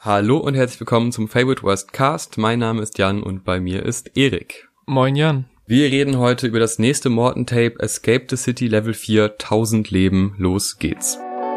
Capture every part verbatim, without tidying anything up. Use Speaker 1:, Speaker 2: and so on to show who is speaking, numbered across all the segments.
Speaker 1: Hallo und herzlich willkommen zum Favorite Worst Cast. Mein Name ist Jan und bei mir ist Erik.
Speaker 2: Moin Jan.
Speaker 1: Wir reden heute über das nächste Morten-Tape Escape the City Level vier, tausend Leben. Los geht's.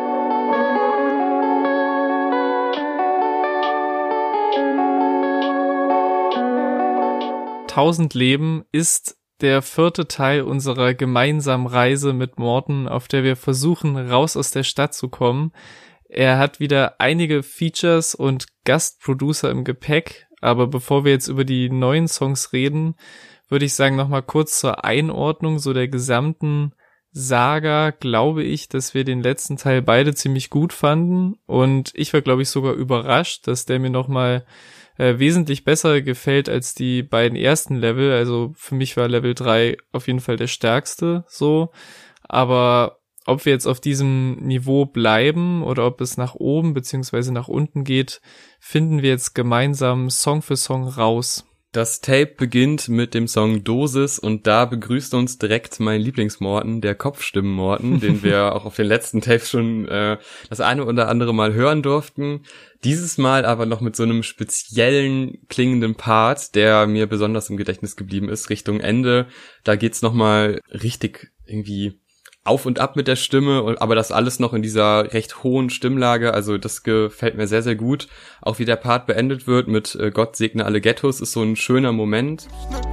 Speaker 2: tausend Leben ist der vierte Teil unserer gemeinsamen Reise mit Morten, auf der wir versuchen, raus aus der Stadt zu kommen. Er hat wieder einige Features und Gastproducer im Gepäck, aber bevor wir jetzt über die neuen Songs reden, würde ich sagen, nochmal kurz zur Einordnung so der gesamten Saga. Glaube ich, dass wir den letzten Teil beide ziemlich gut fanden und ich war, glaube ich, sogar überrascht, dass der mir nochmal äh, wesentlich besser gefällt als die beiden ersten Level. Also für mich war Level drei auf jeden Fall der stärkste so, aber ob wir jetzt auf diesem Niveau bleiben oder ob es nach oben beziehungsweise nach unten geht, finden wir jetzt gemeinsam Song für Song raus.
Speaker 1: Das Tape beginnt mit dem Song Dosis und da begrüßt uns direkt mein Lieblingsmorten, der Kopfstimmen-Morten, den wir auch auf den letzten Tapes schon äh, das eine oder andere Mal hören durften. Dieses Mal aber noch mit so einem speziellen klingenden Part, der mir besonders im Gedächtnis geblieben ist, Richtung Ende. Da geht's nochmal richtig irgendwie auf und ab mit der Stimme, aber das alles noch in dieser recht hohen Stimmlage, also das gefällt mir sehr, sehr gut. Auch wie der Part beendet wird mit äh, Gott segne alle Ghettos, ist so ein schöner Moment.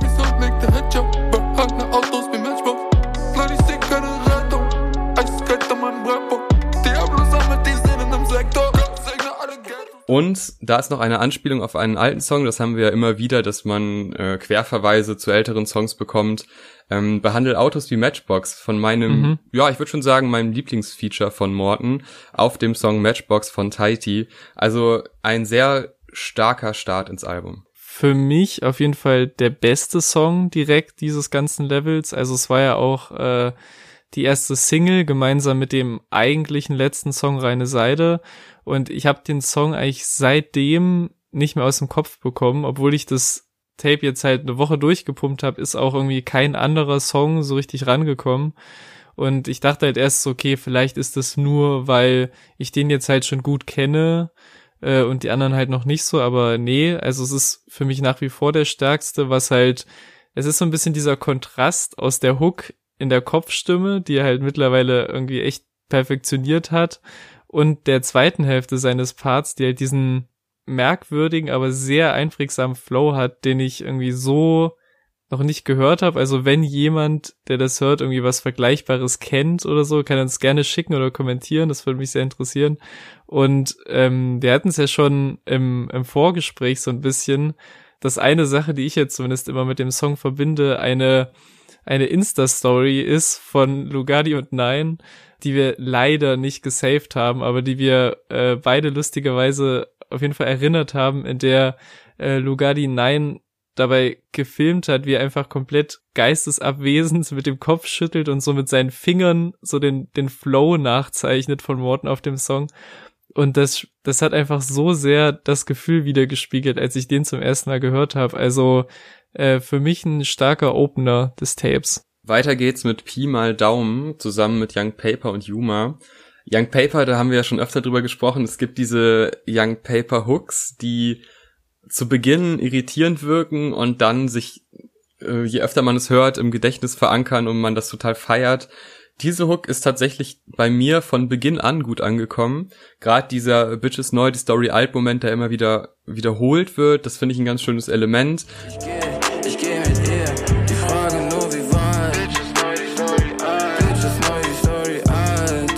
Speaker 1: Und da ist noch eine Anspielung auf einen alten Song, das haben wir ja immer wieder, dass man äh, Querverweise zu älteren Songs bekommt. Ähm, Behandle Autos wie Matchbox von meinem, mhm. ja, ich würde schon sagen, meinem Lieblingsfeature von Morten auf dem Song Matchbox von Taiti. Also ein sehr starker Start ins Album.
Speaker 2: Für mich auf jeden Fall der beste Song direkt dieses ganzen Levels. Also es war ja auch äh, die erste Single gemeinsam mit dem eigentlichen letzten Song Reine Seide. Und ich habe den Song eigentlich seitdem nicht mehr aus dem Kopf bekommen, obwohl ich das Tape jetzt halt eine Woche durchgepumpt habe, ist auch irgendwie kein anderer Song so richtig rangekommen. Und ich dachte halt erst so, okay, vielleicht ist das nur, weil ich den jetzt halt schon gut kenne äh, und die anderen halt noch nicht so, aber nee, also es ist für mich nach wie vor der stärkste, was halt, es ist so ein bisschen dieser Kontrast aus der Hook in der Kopfstimme, die er halt mittlerweile irgendwie echt perfektioniert hat, und der zweiten Hälfte seines Parts, die halt diesen merkwürdigen, aber sehr einprägsamen Flow hat, den ich irgendwie so noch nicht gehört habe. Also wenn jemand, der das hört, irgendwie was Vergleichbares kennt oder so, kann er uns gerne schicken oder kommentieren, das würde mich sehr interessieren. Und ähm, wir hatten es ja schon im, im Vorgespräch so ein bisschen, dass eine Sache, die ich jetzt zumindest immer mit dem Song verbinde, eine eine Insta-Story ist von Lugardi und Nine, die wir leider nicht gesaved haben, aber die wir äh, beide lustigerweise auf jeden Fall erinnert haben, in der äh, Lugardi Nine dabei gefilmt hat, wie er einfach komplett geistesabwesend mit dem Kopf schüttelt und so mit seinen Fingern so den den Flow nachzeichnet von Morten auf dem Song. Und das das hat einfach so sehr das Gefühl wiedergespiegelt, als ich den zum ersten Mal gehört habe. Also äh, für mich ein starker Opener des Tapes.
Speaker 1: Weiter geht's mit Pi mal Daumen zusammen mit Young Paper und Yuma. Young Paper, da haben wir ja schon öfter drüber gesprochen. Es gibt diese Young Paper Hooks, die zu Beginn irritierend wirken und dann sich, äh, je öfter man es hört, im Gedächtnis verankern und man das total feiert. Diese Hook ist tatsächlich bei mir von Beginn an gut angekommen. Gerade dieser Bitches Neu, die Story alt Moment, der immer wieder wiederholt wird, das finde ich ein ganz schönes Element. Ich geh, ich geh halt eher, die Frage nur wie weit. Bitches Neu, die Story alt. Bitches Neu, die Story alt.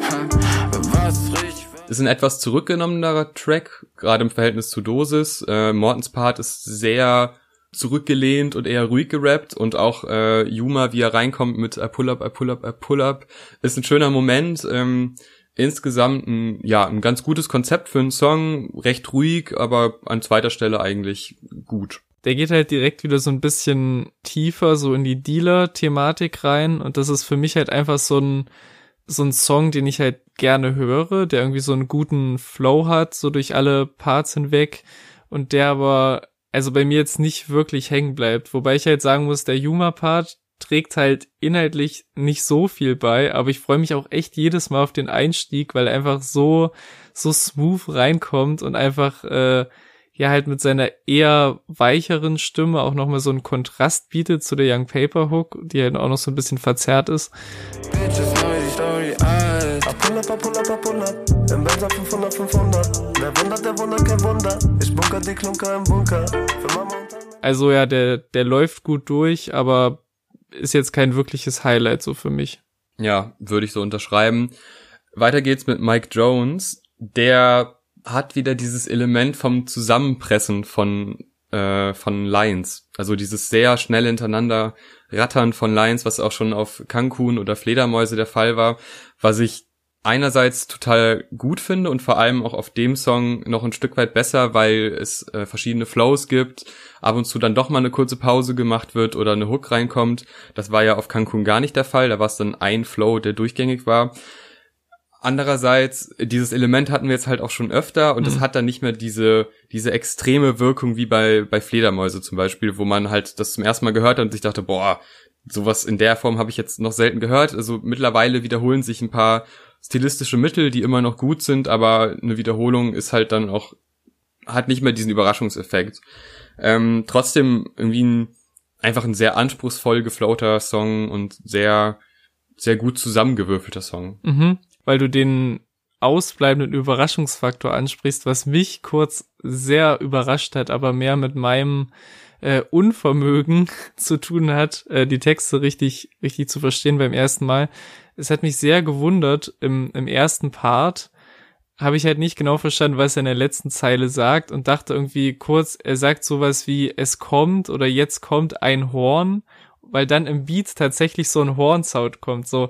Speaker 1: Ha, was richtig. Ist ein etwas zurückgenommenerer Track, gerade im Verhältnis zu Dosis. Äh, Mortens Part ist sehr zurückgelehnt und eher ruhig gerappt und auch äh, Yuma, wie er reinkommt mit I pull up, I pull up, I pull up, ist ein schöner Moment. Ähm, insgesamt ein, ja, ein ganz gutes Konzept für einen Song, recht ruhig, aber an zweiter Stelle eigentlich gut.
Speaker 2: Der geht halt direkt wieder so ein bisschen tiefer so in die Dealer-Thematik rein und das ist für mich halt einfach so ein so ein Song, den ich halt gerne höre, der irgendwie so einen guten Flow hat, so durch alle Parts hinweg und der aber also bei mir jetzt nicht wirklich hängen bleibt. Wobei ich halt sagen muss, der Yuma-Part trägt halt inhaltlich nicht so viel bei, aber ich freue mich auch echt jedes Mal auf den Einstieg, weil er einfach so so smooth reinkommt und einfach äh, ja halt mit seiner eher weicheren Stimme auch nochmal so einen Kontrast bietet zu der Young Paper Hook, die halt auch noch so ein bisschen verzerrt ist. Also ja, der der läuft gut durch, aber ist jetzt kein wirkliches Highlight so für mich.
Speaker 1: Ja, würde ich so unterschreiben. Weiter geht's mit Mike Jones. Der hat wieder dieses Element vom Zusammenpressen von äh, von Lines. Also dieses sehr schnell hintereinander Rattern von Lines, was auch schon auf Cancun oder Fledermäuse der Fall war, was ich einerseits total gut finde und vor allem auch auf dem Song noch ein Stück weit besser, weil es äh, verschiedene Flows gibt, ab und zu dann doch mal eine kurze Pause gemacht wird oder eine Hook reinkommt. Das war ja auf Cancun gar nicht der Fall, da war es dann ein Flow, der durchgängig war. Andererseits, dieses Element hatten wir jetzt halt auch schon öfter und es mhm. hat dann nicht mehr diese diese extreme Wirkung wie bei bei Fledermäuse zum Beispiel, wo man halt das zum ersten Mal gehört hat und sich dachte, boah, sowas in der Form habe ich jetzt noch selten gehört. Also mittlerweile wiederholen sich ein paar stilistische Mittel, die immer noch gut sind, aber eine Wiederholung ist halt dann auch, hat nicht mehr diesen Überraschungseffekt. Ähm, trotzdem irgendwie ein, einfach ein sehr anspruchsvoll geflowter Song und sehr, sehr gut zusammengewürfelter Song.
Speaker 2: Mhm, weil du den ausbleibenden Überraschungsfaktor ansprichst, was mich kurz sehr überrascht hat, aber mehr mit meinem äh, Unvermögen zu tun hat, äh, die Texte richtig, richtig zu verstehen beim ersten Mal. Es hat mich sehr gewundert, im, im ersten Part habe ich halt nicht genau verstanden, was er in der letzten Zeile sagt und dachte irgendwie kurz, er sagt sowas wie, es kommt oder jetzt kommt ein Horn, weil dann im Beat tatsächlich so ein Hornsound kommt, so.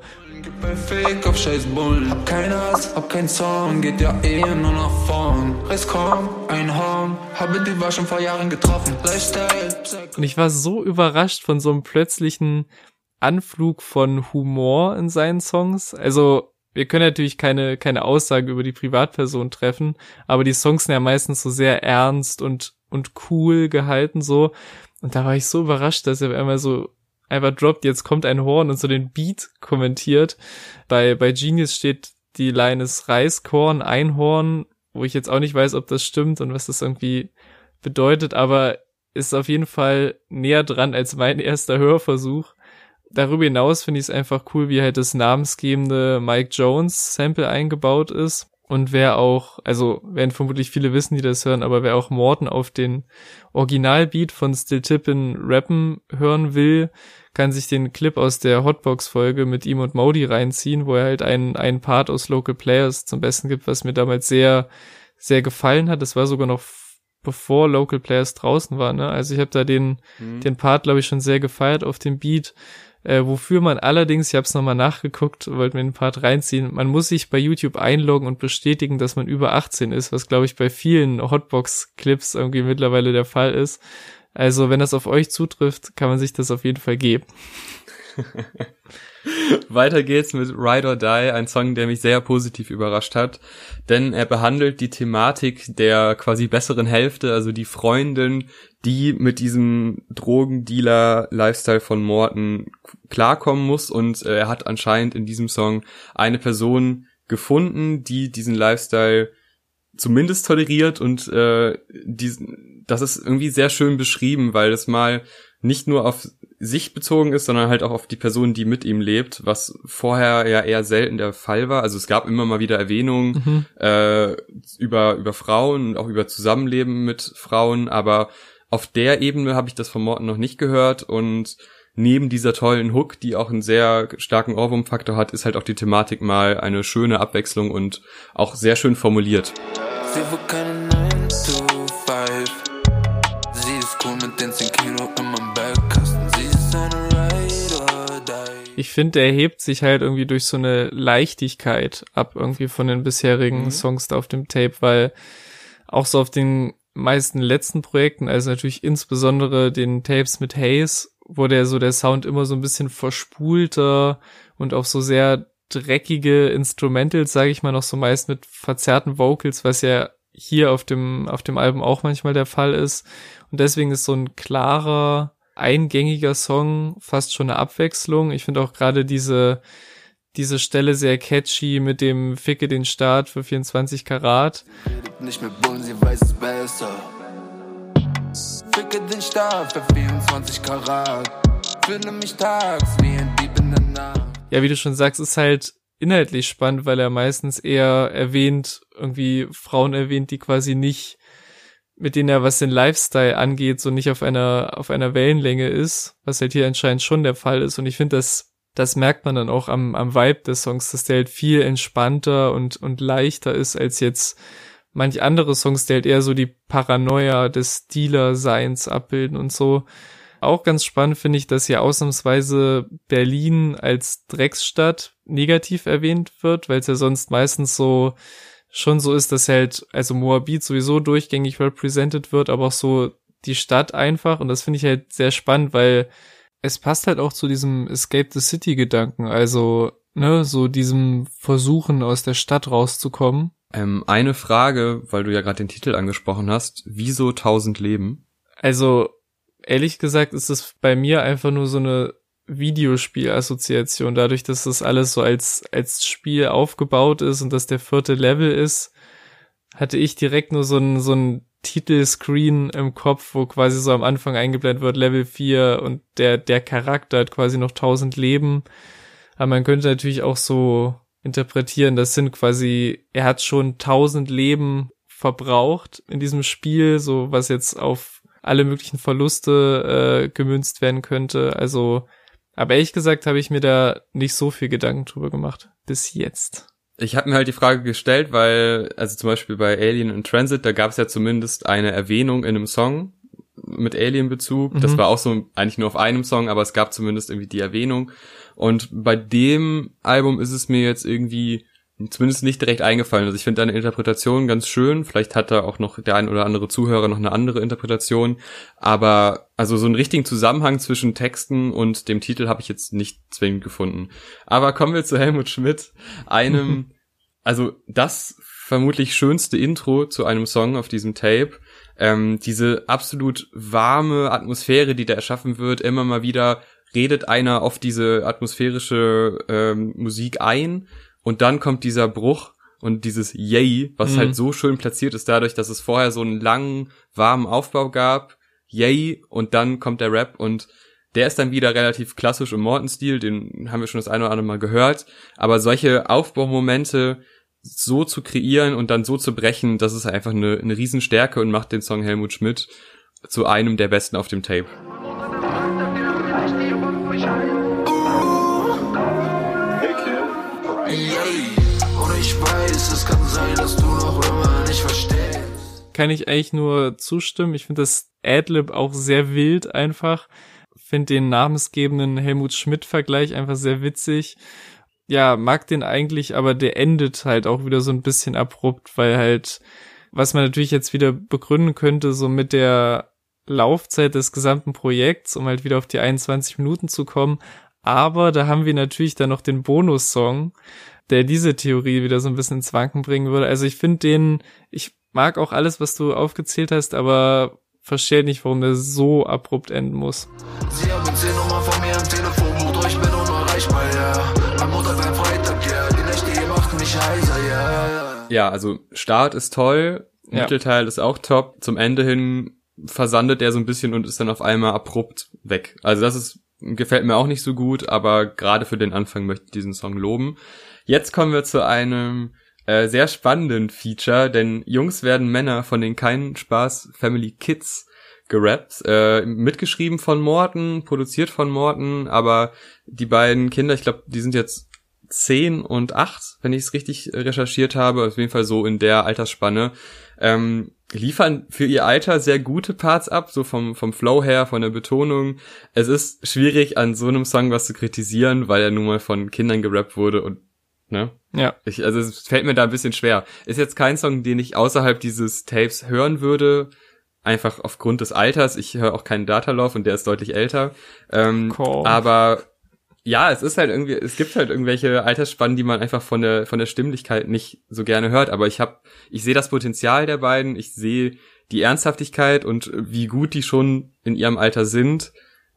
Speaker 2: Und ich war so überrascht von so einem plötzlichen Anflug von Humor in seinen Songs. Also wir können natürlich keine keine Aussage über die Privatperson treffen, aber die Songs sind ja meistens so sehr ernst und und cool gehalten so. Und da war ich so überrascht, dass er einmal so einfach droppt, jetzt kommt ein Horn und so den Beat kommentiert. Bei bei Genius steht die Line ist Reiskorn, Einhorn, wo ich jetzt auch nicht weiß, ob das stimmt und was das irgendwie bedeutet, aber ist auf jeden Fall näher dran als mein erster Hörversuch. Darüber hinaus finde ich es einfach cool, wie halt das namensgebende Mike Jones Sample eingebaut ist. Und wer auch, also werden vermutlich viele wissen, die das hören, aber wer auch Morten auf den Originalbeat von Still Tippin' rappen hören will, kann sich den Clip aus der Hotbox-Folge mit ihm und Modi reinziehen, wo er halt einen, einen Part aus Local Players zum Besten gibt, was mir damals sehr, sehr gefallen hat. Das war sogar noch bevor Local Players draußen war, ne? Also ich habe da den, mhm. den Part, glaube ich, schon sehr gefeiert auf dem Beat. Äh, wofür man allerdings, ich habe es nochmal nachgeguckt, wollte mir den Part reinziehen, man muss sich bei YouTube einloggen und bestätigen, dass man über achtzehn ist, was glaube ich bei vielen Hotbox-Clips irgendwie mittlerweile der Fall ist. Also wenn das auf euch zutrifft, kann man sich das auf jeden Fall geben.
Speaker 1: Weiter geht's mit Ride or Die, ein Song, der mich sehr positiv überrascht hat, denn er behandelt die Thematik der quasi besseren Hälfte, also die Freundin, die mit diesem Drogendealer-Lifestyle von Morten klarkommen muss und äh, er hat anscheinend in diesem Song eine Person gefunden, die diesen Lifestyle zumindest toleriert und äh, diesen, das ist irgendwie sehr schön beschrieben, weil es mal nicht nur auf sich bezogen ist, sondern halt auch auf die Person, die mit ihm lebt, was vorher ja eher selten der Fall war. Also es gab immer mal wieder Erwähnungen mhm. äh, über über Frauen und auch über Zusammenleben mit Frauen, aber auf der Ebene habe ich das von Morten noch nicht gehört und neben dieser tollen Hook, die auch einen sehr starken Ohrwurmfaktor hat, ist halt auch die Thematik mal eine schöne Abwechslung und auch sehr schön formuliert. Sie wird keine nine to five. Sie ist cool mit den zehn Kilo in meinem Bergkasten. Sie ist eine Ride or Die.
Speaker 2: Ich finde, der hebt sich halt irgendwie durch so eine Leichtigkeit ab irgendwie von den bisherigen mhm. Songs da auf dem Tape, weil auch so auf den meisten letzten Projekten, also natürlich insbesondere den Tapes mit Haze, wo der so der Sound immer so ein bisschen verspulter und auch so sehr dreckige Instrumentals, sage ich mal, noch so meist mit verzerrten Vocals, was ja hier auf dem auf dem Album auch manchmal der Fall ist. Und deswegen ist so ein klarer eingängiger Song, fast schon eine Abwechslung. Ich finde auch gerade diese diese Stelle sehr catchy mit dem Ficke den Start für vierundzwanzig Karat.
Speaker 3: Nicht mit Bullen, sie weiß es besser. Ficke den Start für vierundzwanzig Karat. Fühle mich tags wie ein Dieb in der Nacht.
Speaker 2: Ja, wie du schon sagst, ist halt inhaltlich spannend, weil er meistens eher erwähnt, irgendwie Frauen erwähnt, die quasi nicht, mit denen er, was den Lifestyle angeht, so nicht auf einer auf einer Wellenlänge ist, was halt hier anscheinend schon der Fall ist. Und ich finde, das das merkt man dann auch am am Vibe des Songs, dass der halt viel entspannter und und leichter ist als jetzt manch andere Songs, die halt eher so die Paranoia des Dealer-Seins abbilden und so. Auch ganz spannend finde ich, dass hier ausnahmsweise Berlin als Drecksstadt negativ erwähnt wird, weil es ja sonst meistens so schon so ist, dass halt, also Moabit sowieso durchgängig represented wird, aber auch so die Stadt einfach. Und das finde ich halt sehr spannend, weil es passt halt auch zu diesem Escape the City-Gedanken, also, ne, so diesem Versuchen, aus der Stadt rauszukommen.
Speaker 1: Ähm, eine Frage, weil du ja gerade den Titel angesprochen hast, wieso tausend Leben?
Speaker 2: Also, ehrlich gesagt ist es bei mir einfach nur so eine Videospielassoziation, dadurch, dass das alles so als als Spiel aufgebaut ist und dass der vierte Level ist, hatte ich direkt nur so ein so ein Titelscreen im Kopf, wo quasi so am Anfang eingeblendet wird, Level vier und der der Charakter hat quasi noch tausend Leben. Aber man könnte natürlich auch so interpretieren, das sind quasi, er hat schon tausend Leben verbraucht in diesem Spiel, so was jetzt auf alle möglichen Verluste äh, gemünzt werden könnte. Also, aber ehrlich gesagt habe ich mir da nicht so viel Gedanken drüber gemacht. Bis jetzt.
Speaker 1: Ich habe mir halt die Frage gestellt, weil, also zum Beispiel bei Alien in Transit, da gab es ja zumindest eine Erwähnung in einem Song mit Alien-Bezug. Mhm. Das war auch so eigentlich nur auf einem Song, aber es gab zumindest irgendwie die Erwähnung. Und bei dem Album ist es mir jetzt irgendwie zumindest nicht direkt eingefallen. Also ich finde deine Interpretation ganz schön. Vielleicht hat da auch noch der ein oder andere Zuhörer noch eine andere Interpretation. Aber also so einen richtigen Zusammenhang zwischen Texten und dem Titel habe ich jetzt nicht zwingend gefunden. Aber kommen wir zu Helmut Schmidt, einem, also das vermutlich schönste Intro zu einem Song auf diesem Tape. Ähm, diese absolut warme Atmosphäre, die da erschaffen wird, immer mal wieder redet einer auf diese atmosphärische ähm, Musik ein. Und dann kommt dieser Bruch und dieses Yay, was mhm. halt so schön platziert ist dadurch, dass es vorher so einen langen, warmen Aufbau gab. Yay, und dann kommt der Rap und der ist dann wieder relativ klassisch im Morton-Stil, den haben wir schon das eine oder andere Mal gehört. Aber solche Aufbaumomente so zu kreieren und dann so zu brechen, das ist einfach eine, eine Riesenstärke und macht den Song Helmut Schmidt zu einem der besten auf dem Tape.
Speaker 2: Kann ich eigentlich nur zustimmen. Ich finde das Adlib auch sehr wild einfach. Finde den namensgebenden Helmut Schmidt-Vergleich einfach sehr witzig. Ja, mag den eigentlich, aber der endet halt auch wieder so ein bisschen abrupt, weil halt, was man natürlich jetzt wieder begründen könnte, so mit der Laufzeit des gesamten Projekts, um halt wieder auf die einundzwanzig Minuten zu kommen. Aber da haben wir natürlich dann noch den Bonussong, der diese Theorie wieder so ein bisschen ins Wanken bringen würde. Also ich finde den, ich mag auch alles, was du aufgezählt hast, aber verstehe nicht, warum der so abrupt enden muss. Sie haben zehn Nummer von mir im Telefonbuch durch, bin unerreichbar, ja. Am Montag ein Freitag, ja. Die Nächte hier machten mich heiser, ja.
Speaker 1: Ja, also Start ist toll,
Speaker 2: ja.
Speaker 1: Mittelteil ist auch top. Zum Ende hin versandet er so ein bisschen und ist dann auf einmal abrupt weg. Also das ist, gefällt mir auch nicht so gut, aber gerade für den Anfang möchte ich diesen Song loben. Jetzt kommen wir zu einem äh, sehr spannenden Feature, denn Jungs werden Männer von den Kein Spaß Family Kids gerappt, äh, mitgeschrieben von Morten, produziert von Morten, aber die beiden Kinder, ich glaube, die sind jetzt zehn und acht, wenn ich es richtig recherchiert habe, auf jeden Fall so in der Altersspanne, ähm, liefern für ihr Alter sehr gute Parts ab, so vom vom Flow her, von der Betonung. Es ist schwierig, an so einem Song was zu kritisieren, weil er nun mal von Kindern gerappt wurde und ne?
Speaker 2: Ja.
Speaker 1: Ich, also es fällt mir da ein bisschen schwer. Ist jetzt kein Song, den ich außerhalb dieses Tapes hören würde, einfach aufgrund des Alters. Ich höre auch keinen Datalove und der ist deutlich älter. Ähm,
Speaker 2: cool.
Speaker 1: Aber ja, es ist halt irgendwie, es gibt halt irgendwelche Altersspannen, die man einfach von der von der Stimmlichkeit nicht so gerne hört. Aber ich habe, ich sehe das Potenzial der beiden, ich sehe die Ernsthaftigkeit und wie gut die schon in ihrem Alter sind.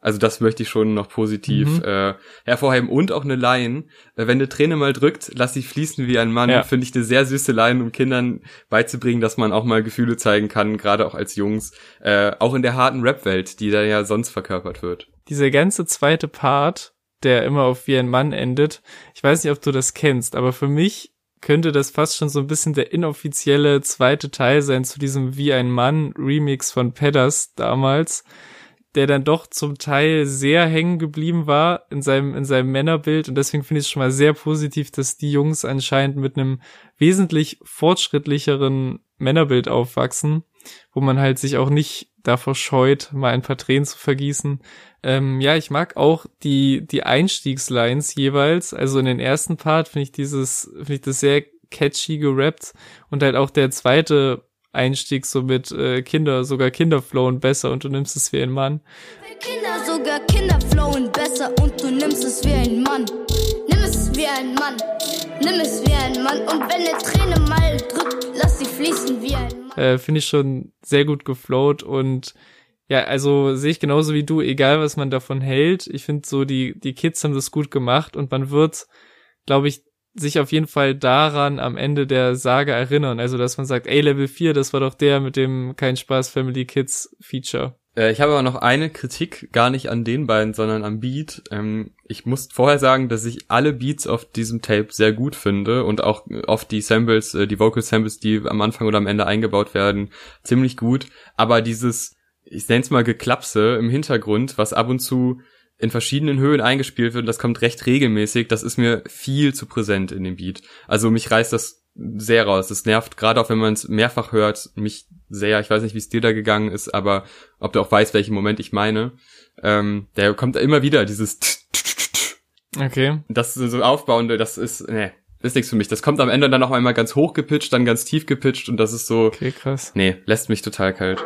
Speaker 1: Also das möchte ich schon noch positiv mhm. äh, hervorheben. Und auch eine Line, äh, wenn eine Träne mal drückt, lass sie fließen wie ein Mann, ja. finde ich eine sehr süße Line, um Kindern beizubringen, dass man auch mal Gefühle zeigen kann, gerade auch als Jungs, äh, auch in der harten Rap-Welt, die da ja sonst verkörpert wird.
Speaker 2: Dieser ganze zweite Part, der immer auf wie ein Mann endet, ich weiß nicht, ob du das kennst, aber für mich könnte das fast schon so ein bisschen der inoffizielle zweite Teil sein zu diesem Wie ein Mann Remix von Pedders damals, der dann doch zum Teil sehr hängen geblieben war in seinem in seinem Männerbild, und deswegen finde ich es schon mal sehr positiv, dass die Jungs anscheinend mit einem wesentlich fortschrittlicheren Männerbild aufwachsen, wo man halt sich auch nicht davor scheut, mal ein paar Tränen zu vergießen. Ähm, ja, ich mag auch die die Einstiegslines jeweils. Also in den ersten Part finde ich dieses, finde ich das sehr catchy gerappt, und halt auch der zweite Einstieg so mit äh, Kinder, sogar Kinder flowen besser und du nimmst es wie ein Mann.
Speaker 4: Kinder, sogar Kinder flowen besser und du nimmst es wie ein Mann. Nimm es wie ein Mann, nimm es wie ein Mann, und wenn eine Träne mal drückt, lass sie fließen wie ein Mann.
Speaker 2: Äh, finde ich schon sehr gut geflowt, und ja, also sehe ich genauso wie du, egal was man davon hält. Ich finde so, die die Kids haben das gut gemacht, und man wird, glaube ich, sich auf jeden Fall daran am Ende der Sage erinnern. Also, dass man sagt, ey, Level vier, das war doch der mit dem Kein Spaß Family Kids Feature.
Speaker 1: Äh, ich habe aber noch eine Kritik, gar nicht an den beiden, sondern am Beat. Ähm, ich muss vorher sagen, dass ich alle Beats auf diesem Tape sehr gut finde und auch oft die Samples, äh, die Vocal Samples, die am Anfang oder am Ende eingebaut werden, ziemlich gut. Aber dieses, ich nenne es mal Geklapse im Hintergrund, was ab und zu in verschiedenen Höhen eingespielt wird, und das kommt recht regelmäßig, das ist mir viel zu präsent in dem Beat. Also mich reißt das sehr raus. Das nervt, gerade auch wenn man es mehrfach hört, mich sehr. Ich weiß nicht, wie es dir da gegangen ist, aber ob du auch weißt, welchen Moment ich meine. Ähm, der kommt immer wieder, dieses
Speaker 2: Okay.
Speaker 1: Das so aufbauende, das ist, nee, ist nichts für mich. Das kommt am Ende dann noch einmal ganz hoch gepitcht, dann ganz tief gepitcht, und das ist so,
Speaker 2: okay, krass.
Speaker 1: Nee, lässt mich total kalt.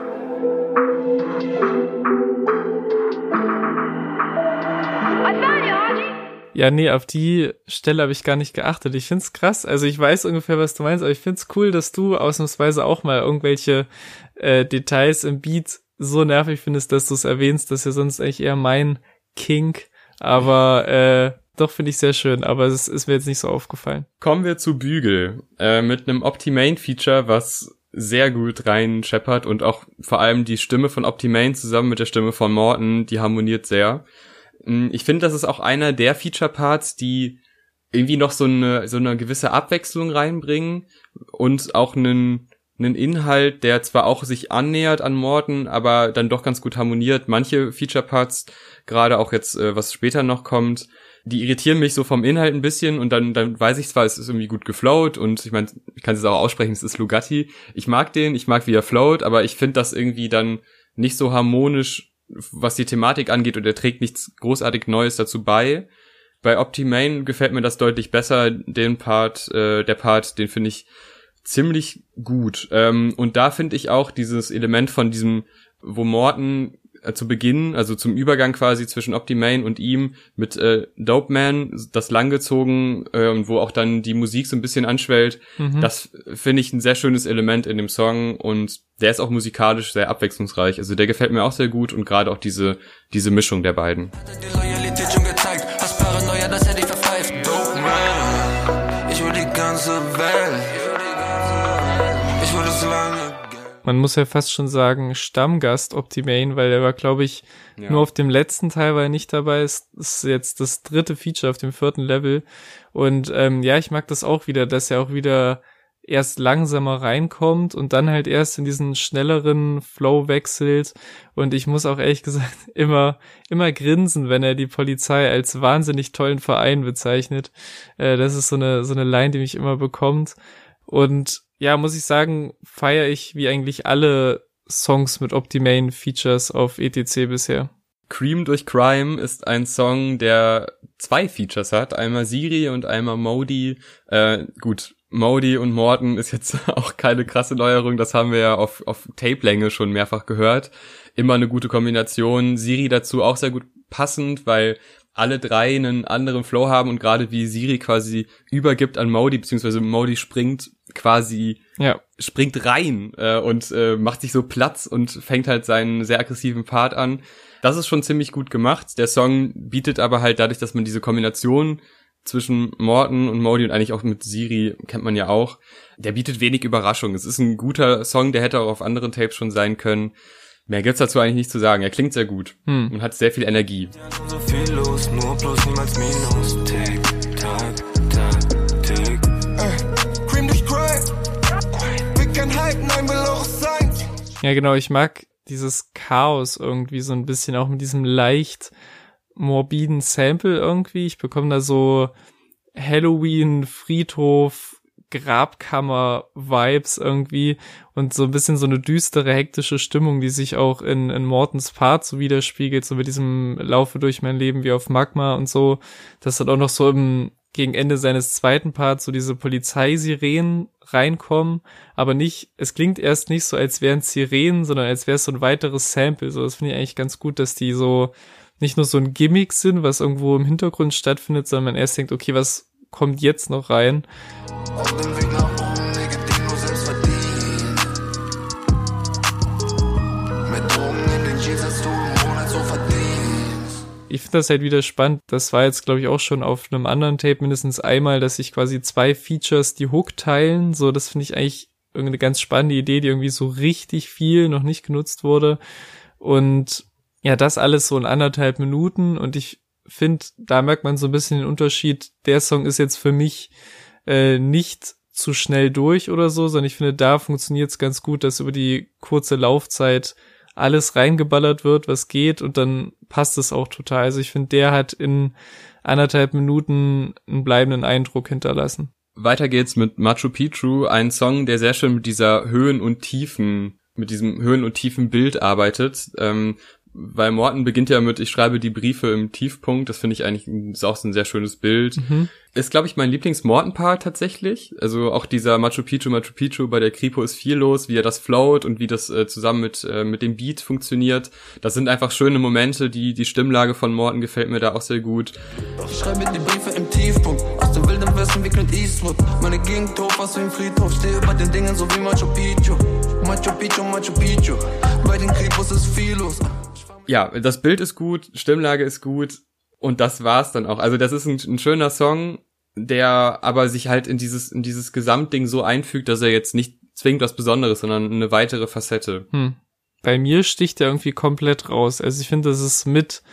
Speaker 2: Ja, nee, auf die Stelle habe ich gar nicht geachtet. Ich find's krass. Also ich weiß ungefähr, was du meinst, aber ich find's cool, dass du ausnahmsweise auch mal irgendwelche äh, Details im Beat so nervig findest, dass du es erwähnst. Das ist ja sonst eigentlich eher mein Kink. Aber äh, doch, finde ich sehr schön. Aber es ist mir jetzt nicht so aufgefallen.
Speaker 1: Kommen wir zu Bügel. Äh, mit einem Optimane-Feature, was sehr gut rein scheppert, und auch vor allem die Stimme von Optimane zusammen mit der Stimme von Morten, die harmoniert sehr. Ich finde, das ist auch einer der Feature-Parts, die irgendwie noch so eine so eine gewisse Abwechslung reinbringen und auch einen einen Inhalt, der zwar auch sich annähert an Morten, aber dann doch ganz gut harmoniert. Manche Feature-Parts, gerade auch jetzt, äh, was später noch kommt, die irritieren mich so vom Inhalt ein bisschen, und dann dann weiß ich zwar, es ist irgendwie gut geflowt, und ich meine, ich kann es auch aussprechen, es ist Lugatti. Ich mag den, ich mag, wie er flowt, aber ich finde das irgendwie dann nicht so harmonisch, was die Thematik angeht, und er trägt nichts großartig Neues dazu bei. Bei Optimane gefällt mir das deutlich besser, den Part, äh, der Part, den finde ich ziemlich gut. Ähm, und da finde ich auch dieses Element von diesem, wo Morten äh, zu Beginn, also zum Übergang quasi zwischen Optimane und ihm mit äh, Dope Man, das langgezogen, äh, wo auch dann die Musik so ein bisschen anschwellt, mhm. Das finde ich ein sehr schönes Element in dem Song, und der ist auch musikalisch sehr abwechslungsreich. Also der gefällt mir auch sehr gut, und gerade auch diese diese Mischung der beiden.
Speaker 3: Die Loyalität schon gezeigt, hast Paranoia, dass er dich verpfeift. Dope Man, ich will die ganze Welt, ich will das lange.
Speaker 2: Man muss ja fast schon sagen Stammgast Optimane, weil er war, glaube ich, ja. nur auf dem letzten Teil, weil er nicht dabei ist. Das ist jetzt das dritte Feature auf dem vierten Level. Und ähm, ja, ich mag das auch wieder, dass er auch wieder erst langsamer reinkommt und dann halt erst in diesen schnelleren Flow wechselt. Und ich muss auch ehrlich gesagt immer immer grinsen, wenn er die Polizei als wahnsinnig tollen Verein bezeichnet. Äh, das ist so eine so eine Line, die mich immer bekommt. Und ja, muss ich sagen, feiere ich wie eigentlich alle Songs mit Optimane-Features auf E T C bisher.
Speaker 1: Cream durch Crime ist ein Song, der zwei Features hat. Einmal Siri und einmal Modi. Äh, gut, Modi und Morten ist jetzt auch keine krasse Neuerung. Das haben wir ja auf, auf Tape-Länge schon mehrfach gehört. Immer eine gute Kombination. Siri dazu auch sehr gut passend, weil alle drei einen anderen Flow haben und gerade wie Siri quasi übergibt an Modi, beziehungsweise Modi springt quasi,
Speaker 2: ja.
Speaker 1: springt rein äh, und äh, macht sich so Platz und fängt halt seinen sehr aggressiven Part an. Das ist schon ziemlich gut gemacht. Der Song bietet aber halt dadurch, dass man diese Kombination zwischen Morten und Modi und eigentlich auch mit Siri, kennt man ja auch, der bietet wenig Überraschung. Es ist ein guter Song, der hätte auch auf anderen Tapes schon sein können. Mehr gibt's dazu eigentlich nicht zu sagen. Er klingt sehr gut hm. und hat sehr viel Energie.
Speaker 3: So viel los, nur plus niemals minus. Tick, tack, tack, tick. Äh, Cream durch Crack. Will kein Hype, nein, will auch sein.
Speaker 2: Ja, genau, ich mag dieses Chaos irgendwie so ein bisschen, auch mit diesem leicht morbiden Sample irgendwie. Ich bekomme da so Halloween, Friedhof, Grabkammer-Vibes irgendwie und so ein bisschen so eine düstere, hektische Stimmung, die sich auch in, in Mortens Part so widerspiegelt, so mit diesem Laufe durch mein Leben wie auf Magma und so. Das hat auch noch so im gegen Ende seines zweiten Parts so diese Polizeisirenen reinkommen, aber nicht, es klingt erst nicht so, als wären es Sirenen, sondern als wäre es so ein weiteres Sample. So, das finde ich eigentlich ganz gut, dass die so nicht nur so ein Gimmick sind, was irgendwo im Hintergrund stattfindet, sondern man erst denkt, okay, was kommt jetzt noch rein?
Speaker 3: Auf dem Weg nach oben, Nigga, den nur selbst verdient. Mit Drogen in den Jeans hast du im Monat so verdient.
Speaker 2: Ich finde das halt wieder spannend. Das war jetzt, glaube ich, auch schon auf einem anderen Tape mindestens einmal, dass sich quasi zwei Features die Hook teilen. So, das finde ich eigentlich irgendeine ganz spannende Idee, die irgendwie so richtig viel noch nicht genutzt wurde. Und ja, das alles so in anderthalb Minuten. Und ich finde, da merkt man so ein bisschen den Unterschied. Der Song ist jetzt für mich äh, nicht zu schnell durch oder so, sondern ich finde, da funktioniert es ganz gut, dass über die kurze Laufzeit alles reingeballert wird, was geht, und dann passt es auch total. Also ich finde, der hat in anderthalb Minuten einen bleibenden Eindruck hinterlassen.
Speaker 1: Weiter geht's mit Machu Picchu, ein Song, der sehr schön mit dieser Höhen und Tiefen, mit diesem Höhen und Tiefen Bild arbeitet. Ähm, weil Morten beginnt ja mit, ich schreibe die Briefe im Tiefpunkt. Das finde ich eigentlich, ist auch so ein sehr schönes Bild.
Speaker 2: Mhm.
Speaker 1: Ist, glaube ich, mein Lieblings-Morten-Part tatsächlich. Also auch dieser Machu Picchu, Machu Picchu, bei der Kripo ist viel los, wie er das float und wie das äh, zusammen mit äh, mit dem Beat funktioniert. Das sind einfach schöne Momente, die die Stimmlage von Morten gefällt mir da auch sehr gut.
Speaker 3: Ich schreibe die Briefe im Tiefpunkt, aus dem wilden Westen wie Clint Eastwood. Meine Gegend hoch, was wie im Friedhof, stehe über den Dingen so wie Machu Picchu. Machu Picchu, Machu Picchu, bei den Kripos ist viel los.
Speaker 1: Ja, das Bild ist gut, Stimmlage ist gut. Und das war's dann auch. Also das ist ein, ein schöner Song, der aber sich halt in dieses in dieses Gesamtding so einfügt, dass er jetzt nicht zwingend was Besonderes, sondern eine weitere Facette.
Speaker 2: Hm. Bei mir sticht er irgendwie komplett raus. Also ich finde, das ist mit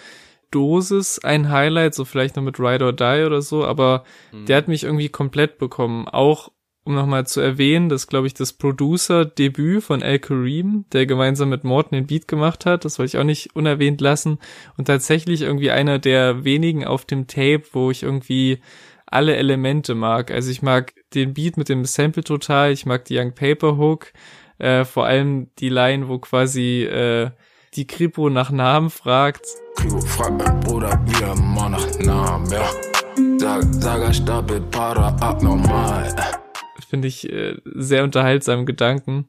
Speaker 2: Dosis ein Highlight, so vielleicht noch mit Ride or Die oder so, aber hm. der hat mich irgendwie komplett bekommen. Auch, um nochmal zu erwähnen, das ist, glaube ich, das Producer-Debüt von Al Kareem, der gemeinsam mit Morten den Beat gemacht hat. Das wollte ich auch nicht unerwähnt lassen. Und tatsächlich irgendwie einer der wenigen auf dem Tape, wo ich irgendwie alle Elemente mag. Also ich mag den Beat mit dem Sample total, ich mag die Young Paper Hook, äh, vor allem die Line, wo quasi äh, die Kripo nach Namen fragt.
Speaker 3: Kripo fragt mein Bruder wieder mal nach Namen, ja. Sag, Saga Stapel, Para, abnormal.
Speaker 2: Finde ich äh, sehr unterhaltsamen Gedanken.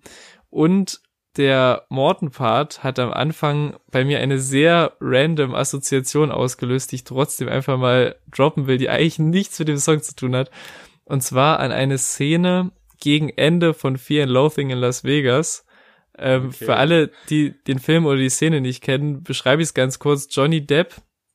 Speaker 2: Und der Morten-Part hat am Anfang bei mir eine sehr random Assoziation ausgelöst, die ich trotzdem einfach mal droppen will, die eigentlich nichts mit dem Song zu tun hat. Und zwar an eine Szene gegen Ende von Fear and Loathing in Las Vegas. Ähm, okay. Für alle, die den Film oder die Szene nicht kennen, beschreibe ich es ganz kurz. Johnny Depp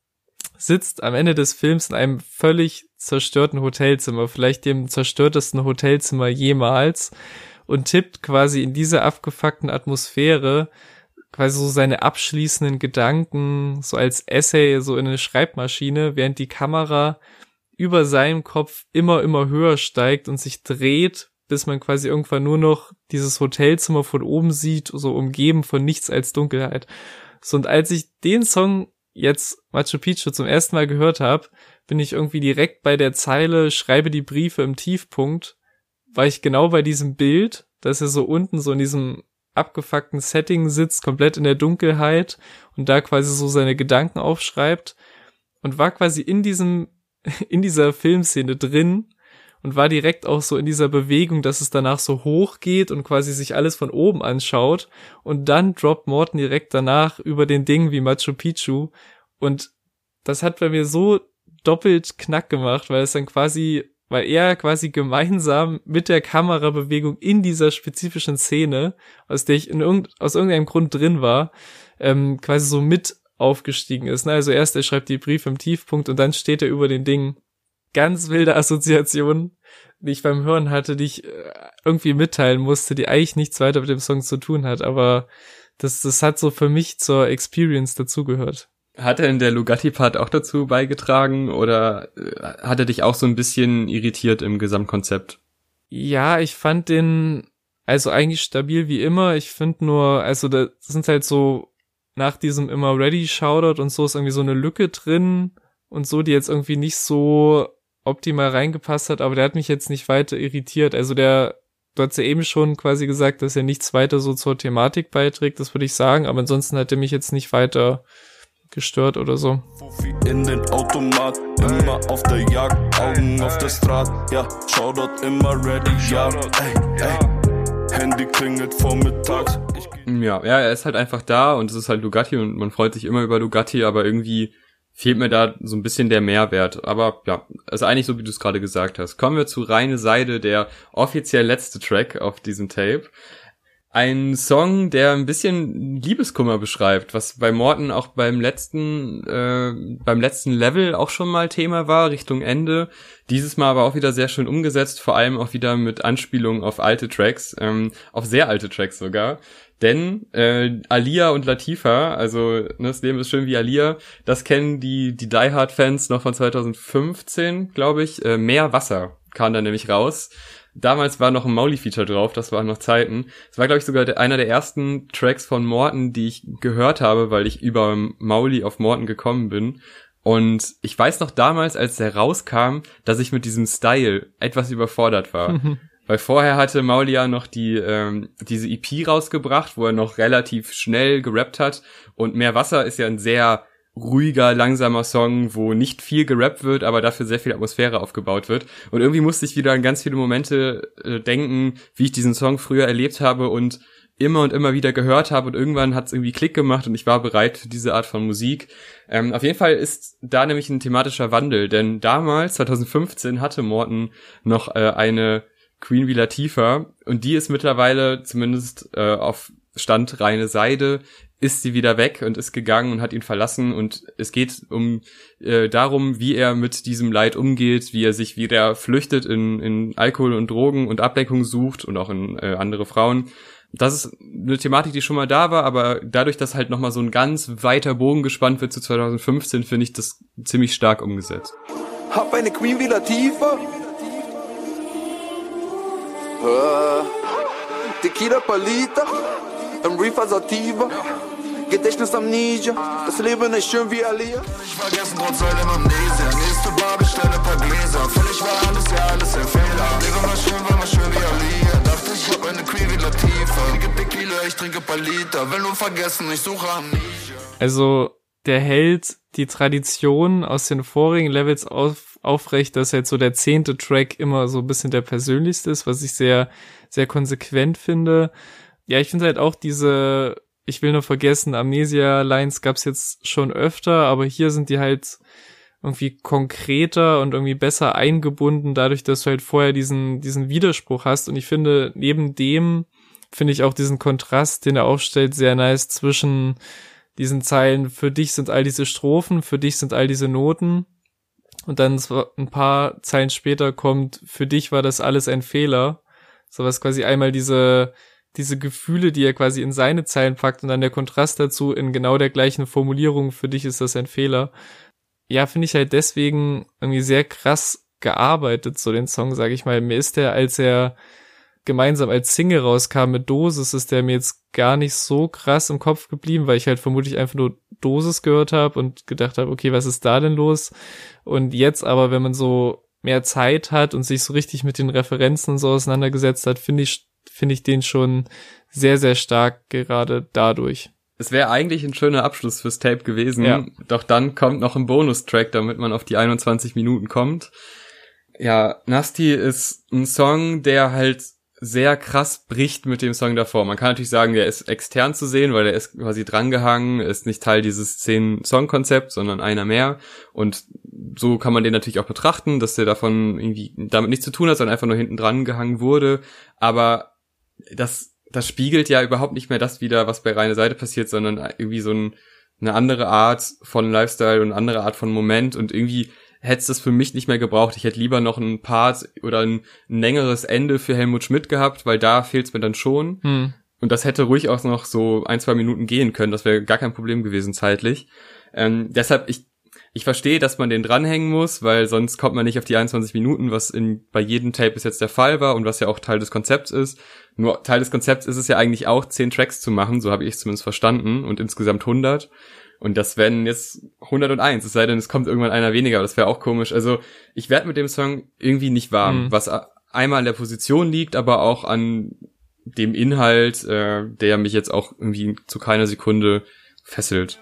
Speaker 2: sitzt am Ende des Films in einem völlig zerstörten Hotelzimmer, vielleicht dem zerstörtesten Hotelzimmer jemals, und tippt quasi in dieser abgefuckten Atmosphäre quasi so seine abschließenden Gedanken so als Essay so in eine Schreibmaschine, während die Kamera über seinem Kopf immer, immer höher steigt und sich dreht, bis man quasi irgendwann nur noch dieses Hotelzimmer von oben sieht, so umgeben von nichts als Dunkelheit. So, und als ich den Song jetzt Machu Picchu zum ersten Mal gehört habe, bin ich irgendwie direkt bei der Zeile, schreibe die Briefe im Tiefpunkt, war ich genau bei diesem Bild, dass er so unten so in diesem abgefuckten Setting sitzt, komplett in der Dunkelheit und da quasi so seine Gedanken aufschreibt, und war quasi in diesem, in dieser Filmszene drin und war direkt auch so in dieser Bewegung, dass es danach so hoch geht und quasi sich alles von oben anschaut, und dann droppt Morten direkt danach über den Ding wie Machu Picchu, und das hat bei mir so doppelt Knack gemacht, weil es dann quasi, weil er quasi gemeinsam mit der Kamerabewegung in dieser spezifischen Szene, aus der ich in irgend, aus irgendeinem Grund drin war, ähm, quasi so mit aufgestiegen ist. Ne? Also erst er schreibt die Briefe im Tiefpunkt und dann steht er über den Dingen. Ganz wilde Assoziationen, die ich beim Hören hatte, die ich irgendwie mitteilen musste, die eigentlich nichts weiter mit dem Song zu tun hat, aber das, das hat so für mich zur Experience dazugehört.
Speaker 1: Hat denn der Lugatti-Part auch dazu beigetragen oder hat er dich auch so ein bisschen irritiert im Gesamtkonzept?
Speaker 2: Ja, ich fand den also eigentlich stabil wie immer. Ich finde nur, also da sind halt so nach diesem immer ready Shoutout und so ist irgendwie so eine Lücke drin und so, die jetzt irgendwie nicht so optimal reingepasst hat, aber der hat mich jetzt nicht weiter irritiert. Also der, du hast ja eben schon quasi gesagt, dass er nichts weiter so zur Thematik beiträgt, das würde ich sagen, aber ansonsten hat er mich jetzt nicht weiter gestört oder so.
Speaker 5: In den Automat, immer auf der Jagd, Augen auf der Straße, ja, Shoutout immer ready, ja, ey, ey, Handy klingelt vormittags.
Speaker 1: Ja, ja, er ist halt einfach da und es ist halt Lugatti und man freut sich immer über Lugatti, aber irgendwie fehlt mir da so ein bisschen der Mehrwert. Aber ja, also eigentlich so, wie du es gerade gesagt hast. Kommen wir zu Reine Seide, der offiziell letzte Track auf diesem Tape. Ein Song, der ein bisschen Liebeskummer beschreibt, was bei Morten auch beim letzten äh, beim letzten Level auch schon mal Thema war, Richtung Ende. Dieses Mal aber auch wieder sehr schön umgesetzt, vor allem auch wieder mit Anspielungen auf alte Tracks, ähm, auf sehr alte Tracks sogar. Denn äh, Aaliyah und Latifah, also ne, das Leben ist schön wie Aaliyah, das kennen die die Die Hard Fans noch von zwanzig fünfzehn, glaube ich. Äh, Mehr Wasser kam da nämlich raus. Damals war noch ein Mauli-Feature drauf, das waren noch Zeiten. Es war, glaube ich, sogar der, einer der ersten Tracks von Morten, die ich gehört habe, weil ich über Mauli auf Morten gekommen bin. Und ich weiß noch damals, als der rauskam, dass ich mit diesem Style etwas überfordert war. Weil vorher hatte Mauli ja noch die ähm, diese E P rausgebracht, wo er noch relativ schnell gerappt hat. Und Mehr Wasser ist ja ein sehr ruhiger, langsamer Song, wo nicht viel gerappt wird, aber dafür sehr viel Atmosphäre aufgebaut wird. Und irgendwie musste ich wieder an ganz viele Momente äh, denken, wie ich diesen Song früher erlebt habe und immer und immer wieder gehört habe. Und irgendwann hat es irgendwie Klick gemacht und ich war bereit für diese Art von Musik. Ähm, auf jeden Fall ist da nämlich ein thematischer Wandel, denn damals, zwanzig fünfzehn, hatte Morten noch äh, eine Queen wie Latifah und die ist mittlerweile zumindest äh, auf Stand Reine Seide, ist sie wieder weg und ist gegangen und hat ihn verlassen und es geht um äh, darum, wie er mit diesem Leid umgeht, wie er sich wieder flüchtet in, in Alkohol und Drogen und Ablenkung sucht und auch in äh, andere Frauen. Das ist eine Thematik, die schon mal da war, aber dadurch, dass halt nochmal so ein ganz weiter Bogen gespannt wird zu zwanzig fünfzehn, finde ich das ziemlich stark umgesetzt.
Speaker 3: Hab eine Queen wie Latifah. Uh, Tequila Palita, ein Reefer Sativa, Gedächtnis Amnesia, das Leben ist schön wie Aaliyah.
Speaker 5: Ich vergessen trotz allem Amnesia, nächste Bar bestelle paar Gläser, völlig war alles, ja alles ein Fehler. Leben war schön, war mal schön wie Aaliyah, dachte ich hab eine Queen wie Latifah. Ich geb Tequila, ich trinke Palita, will nur vergessen, ich suche Amnesia.
Speaker 2: Also der hält die Tradition aus den vorigen Levels auf, aufrecht, dass jetzt so der zehnte Track immer so ein bisschen der persönlichste ist, was ich sehr, sehr konsequent finde. Ja, ich finde halt auch diese, ich will nur vergessen, Amnesia-Lines gab's jetzt schon öfter, aber hier sind die halt irgendwie konkreter und irgendwie besser eingebunden, dadurch, dass du halt vorher diesen, diesen Widerspruch hast. Und ich finde, neben dem finde ich auch diesen Kontrast, den er aufstellt, sehr nice zwischen diesen Zeilen, für dich sind all diese Strophen, für dich sind all diese Noten. Und dann ein paar Zeilen später kommt, für dich war das alles ein Fehler. So was quasi einmal diese, diese Gefühle, die er quasi in seine Zeilen packt und dann der Kontrast dazu in genau der gleichen Formulierung, für dich ist das ein Fehler. Ja, finde ich halt deswegen irgendwie sehr krass gearbeitet, so den Song, sage ich mal. Mir ist der, als er gemeinsam als Single rauskam mit Dosis, ist der mir jetzt gar nicht so krass im Kopf geblieben, weil ich halt vermutlich einfach nur Dosis gehört habe und gedacht habe, okay, was ist da denn los? Und jetzt aber, wenn man so mehr Zeit hat und sich so richtig mit den Referenzen und so auseinandergesetzt hat, finde ich, finde ich den schon sehr, sehr stark gerade dadurch.
Speaker 1: Es wäre eigentlich ein schöner Abschluss fürs Tape gewesen,
Speaker 2: ja.
Speaker 1: Doch dann kommt noch ein Bonustrack, damit man auf die einundzwanzig Minuten kommt. Ja, Nasty ist ein Song, der halt sehr krass bricht mit dem Song davor. Man kann natürlich sagen, der ist extern zu sehen, weil der ist quasi drangehangen, ist nicht Teil dieses zehn-Song-Konzepts, sondern einer mehr. Und so kann man den natürlich auch betrachten, dass der davon irgendwie damit nichts zu tun hat, sondern einfach nur hinten dran gehangen wurde. Aber das, das spiegelt ja überhaupt nicht mehr das wieder, was bei Reine Seide passiert, sondern irgendwie so ein, eine andere Art von Lifestyle und eine andere Art von Moment. Und irgendwie hätte es das für mich nicht mehr gebraucht. Ich hätte lieber noch ein Part oder ein, ein längeres Ende für Helmut Schmidt gehabt, weil da fehlt es mir dann schon. Hm. Und das hätte ruhig auch noch so ein, zwei Minuten gehen können. Das wäre gar kein Problem gewesen zeitlich. Ähm, deshalb, ich ich verstehe, dass man den dranhängen muss, weil sonst kommt man nicht auf die einundzwanzig Minuten, was in bei jedem Tape bis jetzt der Fall war und was ja auch Teil des Konzepts ist. Nur Teil des Konzepts ist es ja eigentlich auch, zehn Tracks zu machen, so habe ich es zumindest verstanden, und insgesamt hundert. Und das wären jetzt hunderteins, es sei denn, es kommt irgendwann einer weniger, aber das wäre auch komisch. Also ich werde mit dem Song irgendwie nicht warm, mhm. was einmal an der Position liegt, aber auch an dem Inhalt, äh, der mich jetzt auch irgendwie zu keiner Sekunde fesselt.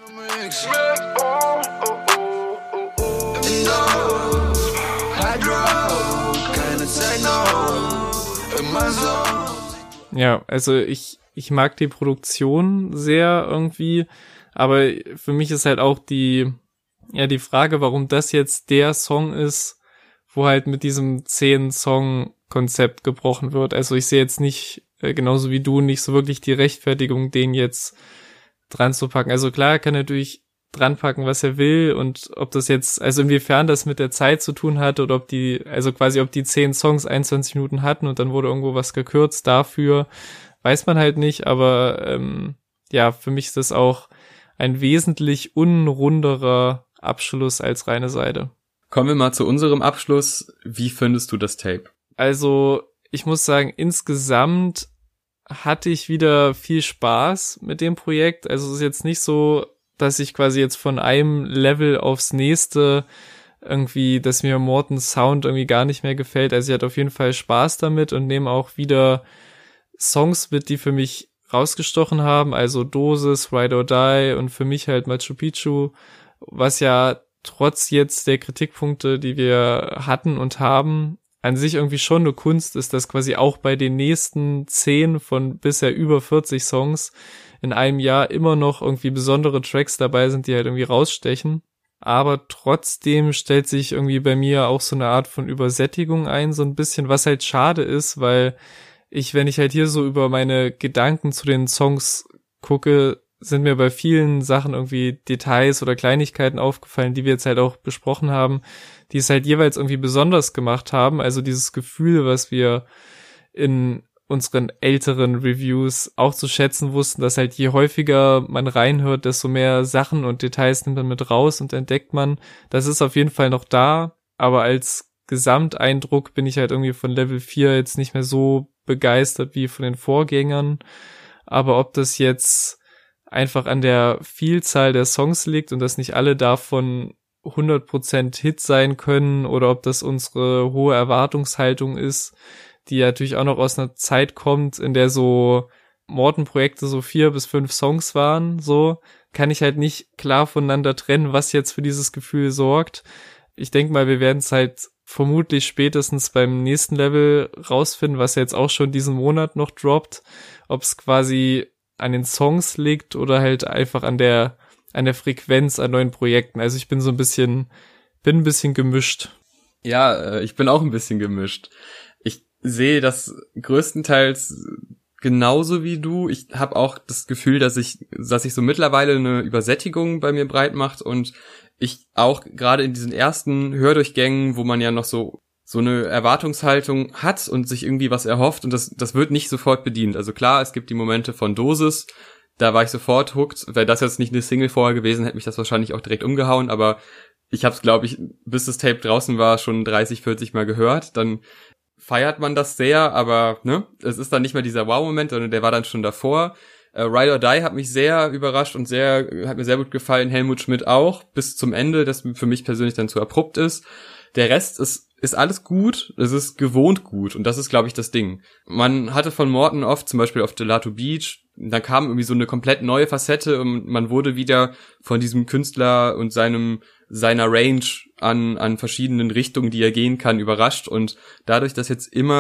Speaker 2: Ja, also ich ich mag die Produktion sehr irgendwie, aber für mich ist halt auch die ja die Frage, warum das jetzt der Song ist, wo halt mit diesem zehn-Song-Konzept gebrochen wird. Also ich sehe jetzt nicht, äh, genauso wie du, nicht so wirklich die Rechtfertigung, den jetzt dran zu packen. Also klar, er kann natürlich dran packen, was er will, und ob das jetzt, also inwiefern das mit der Zeit zu tun hat oder ob die, also quasi ob die zehn Songs einundzwanzig Minuten hatten und dann wurde irgendwo was gekürzt dafür, weiß man halt nicht, aber ähm, ja, für mich ist das auch ein wesentlich unrunderer Abschluss als Reine Seide.
Speaker 1: Kommen wir mal zu unserem Abschluss. Wie findest du das Tape?
Speaker 2: Also, ich muss sagen, insgesamt hatte ich wieder viel Spaß mit dem Projekt. Also es ist jetzt nicht so, dass ich quasi jetzt von einem Level aufs nächste irgendwie, dass mir Mortens Sound irgendwie gar nicht mehr gefällt. Also ich hatte auf jeden Fall Spaß damit und nehme auch wieder Songs mit, die für mich rausgestochen haben. Also Dosis, Ride or Die und für mich halt Machu Picchu, was ja trotz jetzt der Kritikpunkte, die wir hatten und haben, an sich irgendwie schon eine Kunst ist, dass quasi auch bei den nächsten zehn von bisher über vierzig Songs in einem Jahr immer noch irgendwie besondere Tracks dabei sind, die halt irgendwie rausstechen. Aber trotzdem stellt sich irgendwie bei mir auch so eine Art von Übersättigung ein, so ein bisschen, was halt schade ist, weil ich, wenn ich halt hier so über meine Gedanken zu den Songs gucke, sind mir bei vielen Sachen irgendwie Details oder Kleinigkeiten aufgefallen, die wir jetzt halt auch besprochen haben, die es halt jeweils irgendwie besonders gemacht haben. Also dieses Gefühl, was wir in unseren älteren Reviews auch zu schätzen wussten, dass halt je häufiger man reinhört, desto mehr Sachen und Details nimmt man mit raus und entdeckt man. Das ist auf jeden Fall noch da, aber als Gesamteindruck bin ich halt irgendwie von Level vier jetzt nicht mehr so begeistert wie von den Vorgängern. Aber ob das jetzt einfach an der Vielzahl der Songs liegt und dass nicht alle davon hundert Prozent Hit sein können oder ob das unsere hohe Erwartungshaltung ist, die natürlich auch noch aus einer Zeit kommt, in der so Morten-Projekte so vier bis fünf Songs waren, so kann ich halt nicht klar voneinander trennen, was jetzt für dieses Gefühl sorgt. Ich denke mal, wir werden es halt vermutlich spätestens beim nächsten Level rausfinden, was jetzt auch schon diesen Monat noch droppt, ob es quasi an den Songs liegt oder halt einfach an der an der Frequenz an neuen Projekten. Also ich bin so ein bisschen bin ein bisschen gemischt.
Speaker 1: Ja, ich bin auch ein bisschen gemischt. Ich sehe das größtenteils genauso wie du. Ich habe auch das Gefühl, dass ich dass sich so mittlerweile eine Übersättigung bei mir breit macht und ich auch gerade in diesen ersten Hördurchgängen, wo man ja noch so so eine Erwartungshaltung hat und sich irgendwie was erhofft und das das wird nicht sofort bedient. Also klar, es gibt die Momente von Dosis, da war ich sofort hooked. Wäre das jetzt nicht eine Single vorher gewesen, hätte mich das wahrscheinlich auch direkt umgehauen, aber ich habe es, glaube ich, bis das Tape draußen war, schon dreißig, vierzig Mal gehört. Dann feiert man das sehr, aber ne, es ist dann nicht mehr dieser Wow-Moment, sondern der war dann schon davor. Uh, Ride or Die hat mich sehr überrascht und sehr hat mir sehr gut gefallen. Helmut Schmidt auch, bis zum Ende, das für mich persönlich dann zu abrupt ist. Der Rest ist ist alles gut, es ist gewohnt gut und das ist, glaube ich, das Ding. Man hatte von Morten oft, zum Beispiel auf Gelato Beach, da kam irgendwie so eine komplett neue Facette und man wurde wieder von diesem Künstler und seinem seiner Range an an verschiedenen Richtungen, die er gehen kann, überrascht und dadurch, dass jetzt immer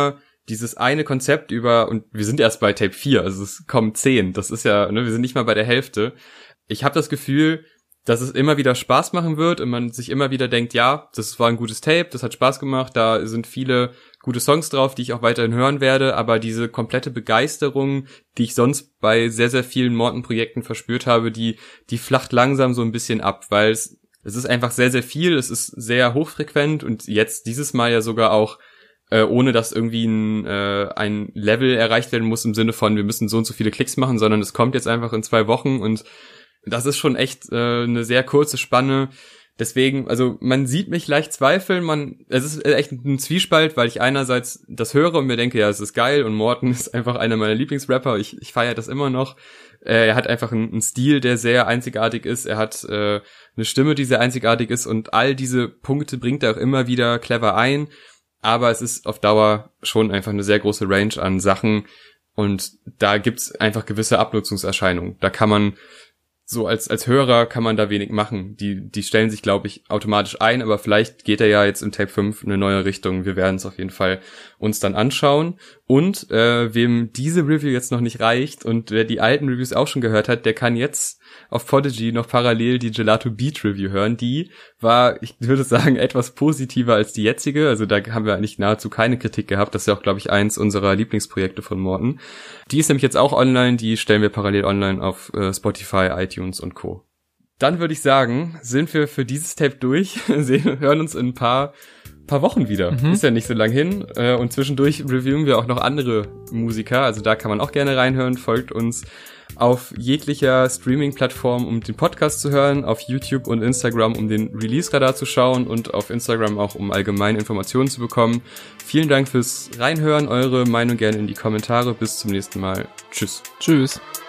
Speaker 1: dieses eine Konzept über, und wir sind erst bei Tape vier, also es kommen zehn, das ist ja, ne, wir sind nicht mal bei der Hälfte. Ich habe das Gefühl, dass es immer wieder Spaß machen wird und man sich immer wieder denkt, ja, das war ein gutes Tape, das hat Spaß gemacht, da sind viele gute Songs drauf, die ich auch weiterhin hören werde, aber diese komplette Begeisterung, die ich sonst bei sehr, sehr vielen Morten-Projekten verspürt habe, die, die flacht langsam so ein bisschen ab, weil es, es ist einfach sehr, sehr viel, es ist sehr hochfrequent und jetzt dieses Mal ja sogar auch äh, ohne dass irgendwie ein, äh, ein Level erreicht werden muss im Sinne von, wir müssen so und so viele Klicks machen, sondern es kommt jetzt einfach in zwei Wochen und das ist schon echt äh, eine sehr kurze Spanne. Deswegen, also man sieht mich leicht zweifeln, man, es ist echt ein Zwiespalt, weil ich einerseits das höre und mir denke, ja, es ist geil und Morten ist einfach einer meiner Lieblingsrapper, ich, ich feiere das immer noch. Äh, er hat einfach einen, einen Stil, der sehr einzigartig ist, er hat äh, eine Stimme, die sehr einzigartig ist und all diese Punkte bringt er auch immer wieder clever ein, aber es ist auf Dauer schon einfach eine sehr große Range an Sachen und da gibt's einfach gewisse Abnutzungserscheinungen. Da kann man so als als Hörer kann man da wenig machen. Die die stellen sich, glaube ich, automatisch ein, aber vielleicht geht er ja jetzt im Tape fünf in eine neue Richtung. Wir werden es auf jeden Fall uns dann anschauen. Und äh, wem diese Review jetzt noch nicht reicht und wer die alten Reviews auch schon gehört hat, der kann jetzt auf Podigy noch parallel die Gelato Beat Review hören. Die war, ich würde sagen, etwas positiver als die jetzige. Also da haben wir eigentlich nahezu keine Kritik gehabt. Das ist ja auch, glaube ich, eins unserer Lieblingsprojekte von Morten. Die ist nämlich jetzt auch online. Die stellen wir parallel online auf äh, Spotify, iTunes und Co. Dann würde ich sagen, sind wir für dieses Tape durch. Sehen, hören uns in ein paar paar Wochen wieder. Mhm. Ist ja nicht so lang hin. Äh, und zwischendurch reviewen wir auch noch andere Musiker. Also da kann man auch gerne reinhören. Folgt uns auf jeglicher Streaming-Plattform, um den Podcast zu hören, auf YouTube und Instagram, um den Release-Radar zu schauen und auf Instagram auch, um allgemeine Informationen zu bekommen. Vielen Dank fürs Reinhören, eure Meinung gerne in die Kommentare. Bis zum nächsten Mal. Tschüss.
Speaker 2: Tschüss.